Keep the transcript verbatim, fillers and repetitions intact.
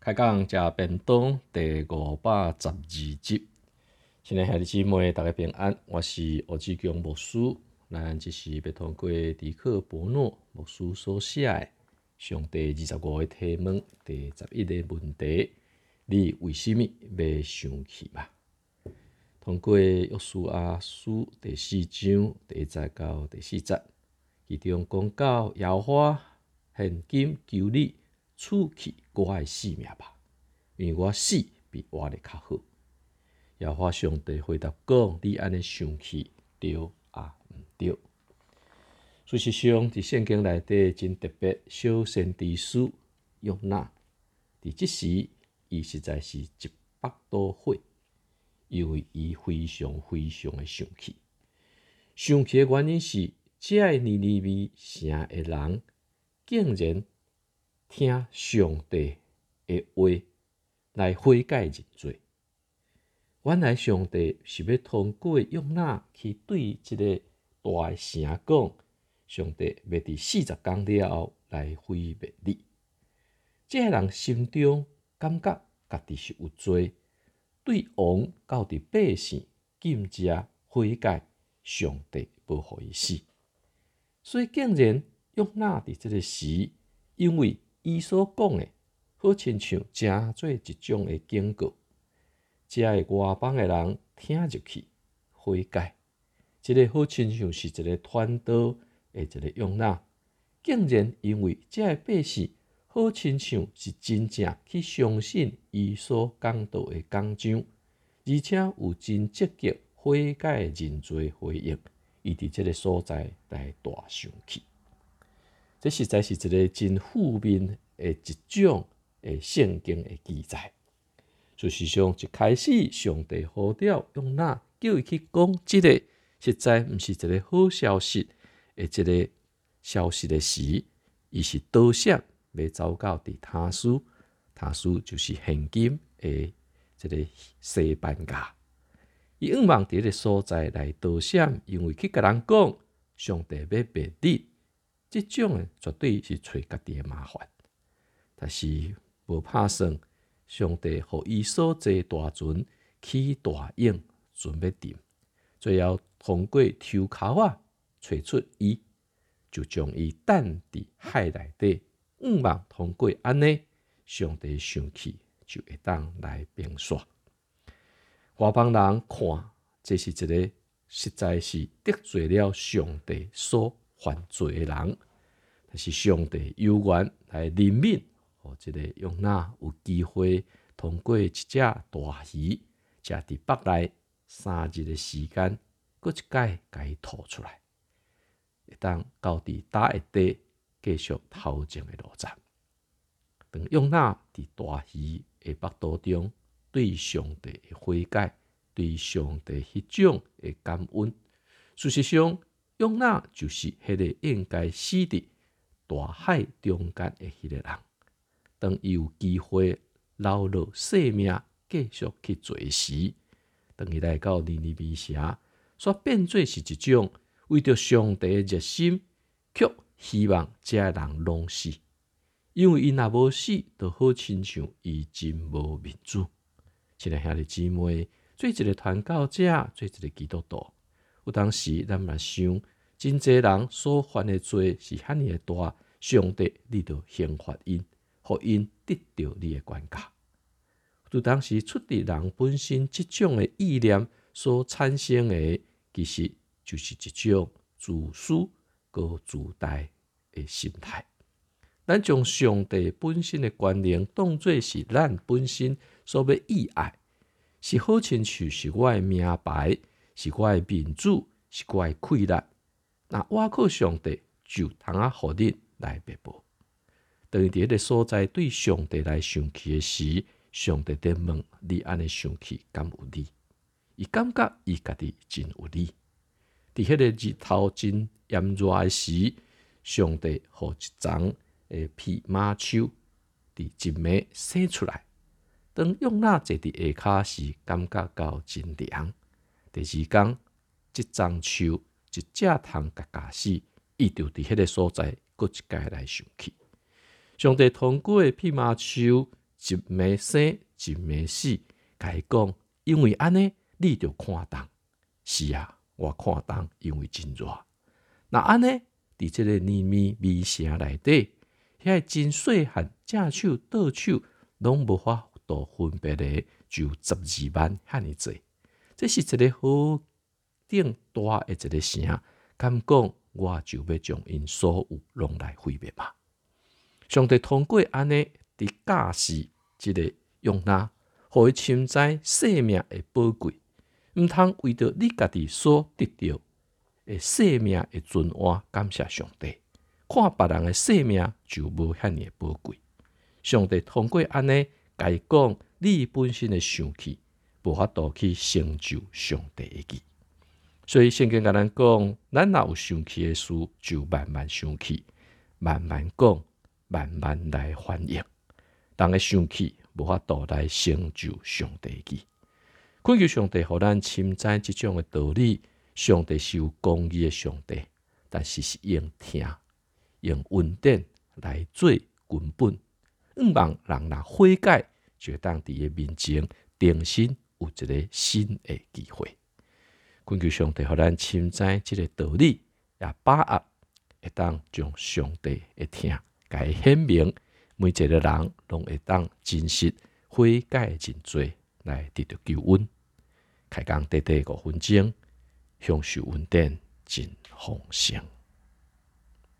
开讲食便当第五百十二集。亲爱兄弟姊妹，大家平安，我是欧志强牧师。咱这是要通过迪克伯诺牧师所写的上第二十五个题目第十一个问题：你为什么要生气嘛？通过约书亚书第四章第一节到第四节，其中讲到耶和华现今求你除去我的性命吧，因为我死比活得较好。耶和华上帝回答讲：你安尼生气对也毋对。事实上，伫圣经内底真特别，小先知书约拿，伫即时伊实在是一百度火，因为伊非常非常的生气。生气的原因是，这个尼尼微城的人竟然听上帝的话来悔改认罪。原来上帝是要通过约拿去对这个大的城讲，上帝要伫四十天了后来毁灭你。这个人心中感觉家己是有罪，对王到伫百姓禁食悔改，上帝无互伊死。所以竟然约拿伫这个时，因为伊所讲的，好亲像诚做一种的警告。这个外邦的人听入去悔改，这个好亲像是一个传道的一个约拿，竟然因为这个百姓好亲像是真正去相信伊所讲道的讲章，而且有真积极悔改认罪回应，伊伫这个所在来大生气。这实在是一个真负面的一种的圣经的记载。事实上，一开始上帝呼召约拿，叫伊去讲这个，实在毋是一个好消息的一个消息的时，伊是导向要走到伫他斯，他斯就是现今的这个西班牙。伊仰望伫个所在来导向，因为去甲人讲上帝要灭你，这种的绝对是找家己的麻烦。但是无拍算。上帝互伊所坐大船起大影，船要沉，最后通过抽口啊找出伊，就将伊等伫海内底，仰望通过安尼，上帝生气就会当来平煞。外邦人看这是一个实在是得罪了上帝所犯罪的人，但是上帝有缘来怜悯。这个约拿有机会通过一只大鱼，食伫腹内三日的时间，搁一摆甲伊吐出来，会当到伫大下底继续头前的路站。当约拿伫大鱼的腹肚中，对上帝的悔改，对上帝迄种的感恩。事实上，约拿就是迄个应该死伫大海中间的迄个人。当伊有机会留落性命，继续去做时，当伊来到尼尼微城，煞变做是一种为着上帝的热心，却希望这人拢死，因为伊若无死，就好亲像伊真无民主。亲爱兄弟姊妹，做一个传教者，做一个基督徒，有当时咱嘛想，真侪人所犯的罪是遐尼的大，上帝你着刑罚因。互因得到你的管教，就当时出于人本身这种的意念所产生的，其实就是一种自私和自大的心态。咱将上帝本身的权能当作是咱本身所要意爱，是好亲像是我的名牌，是我的民主，是我的快乐。那我靠上帝就通啊，互你来灭亡。当伊伫迄个所在对上帝来生气的时，上帝在问你安尼生气敢有理？伊感觉伊家己真有理。伫迄个日头真炎热的时，上帝互一丛诶蓖麻树伫一暝生出来。当约拿坐伫下骹时，感觉到真凉。第二天，即丛树一只通甲咬死，伊就伫迄个所在，搁一摆来生气。上帝通过蓖麻树一暝生，一暝死，甲伊讲，因为安尼，你着看重。是啊，我看重，因为真热。那安尼，伫即个年米米城内底，遐真细汉正手倒手，拢无法度分别的，就十二万遐尼济。这是一个好顶大的一个城，敢讲我就要将因所有拢来毁灭嘛？上帝通过安尼伫教示即个用那，互伊深知生命的宝贵，毋通为着你家己所得到的生命的尊严，感谢上帝。看别人的生命就无遐尼宝贵。上帝通过安尼，甲伊讲，你本身的生气，无法度去成就上帝的义。所以圣经甲咱讲，咱若有生气的事，就慢慢生气，慢慢讲，慢慢来反应。人的生气无法度来成就上帝的义。恳求上帝，互咱深知即种的道理。上帝是有公义的上帝，但是是用听、用恩典来做根本。毋望人若悔改，就当伫伊面前重新有一个新的机会。恳求上帝，互咱深知即个道理，也把握会当将上帝的听，甲伊显明，每一个人拢会当真实悔改的真罪，来得到救恩。开讲短短五分钟，享受恩典真丰盛。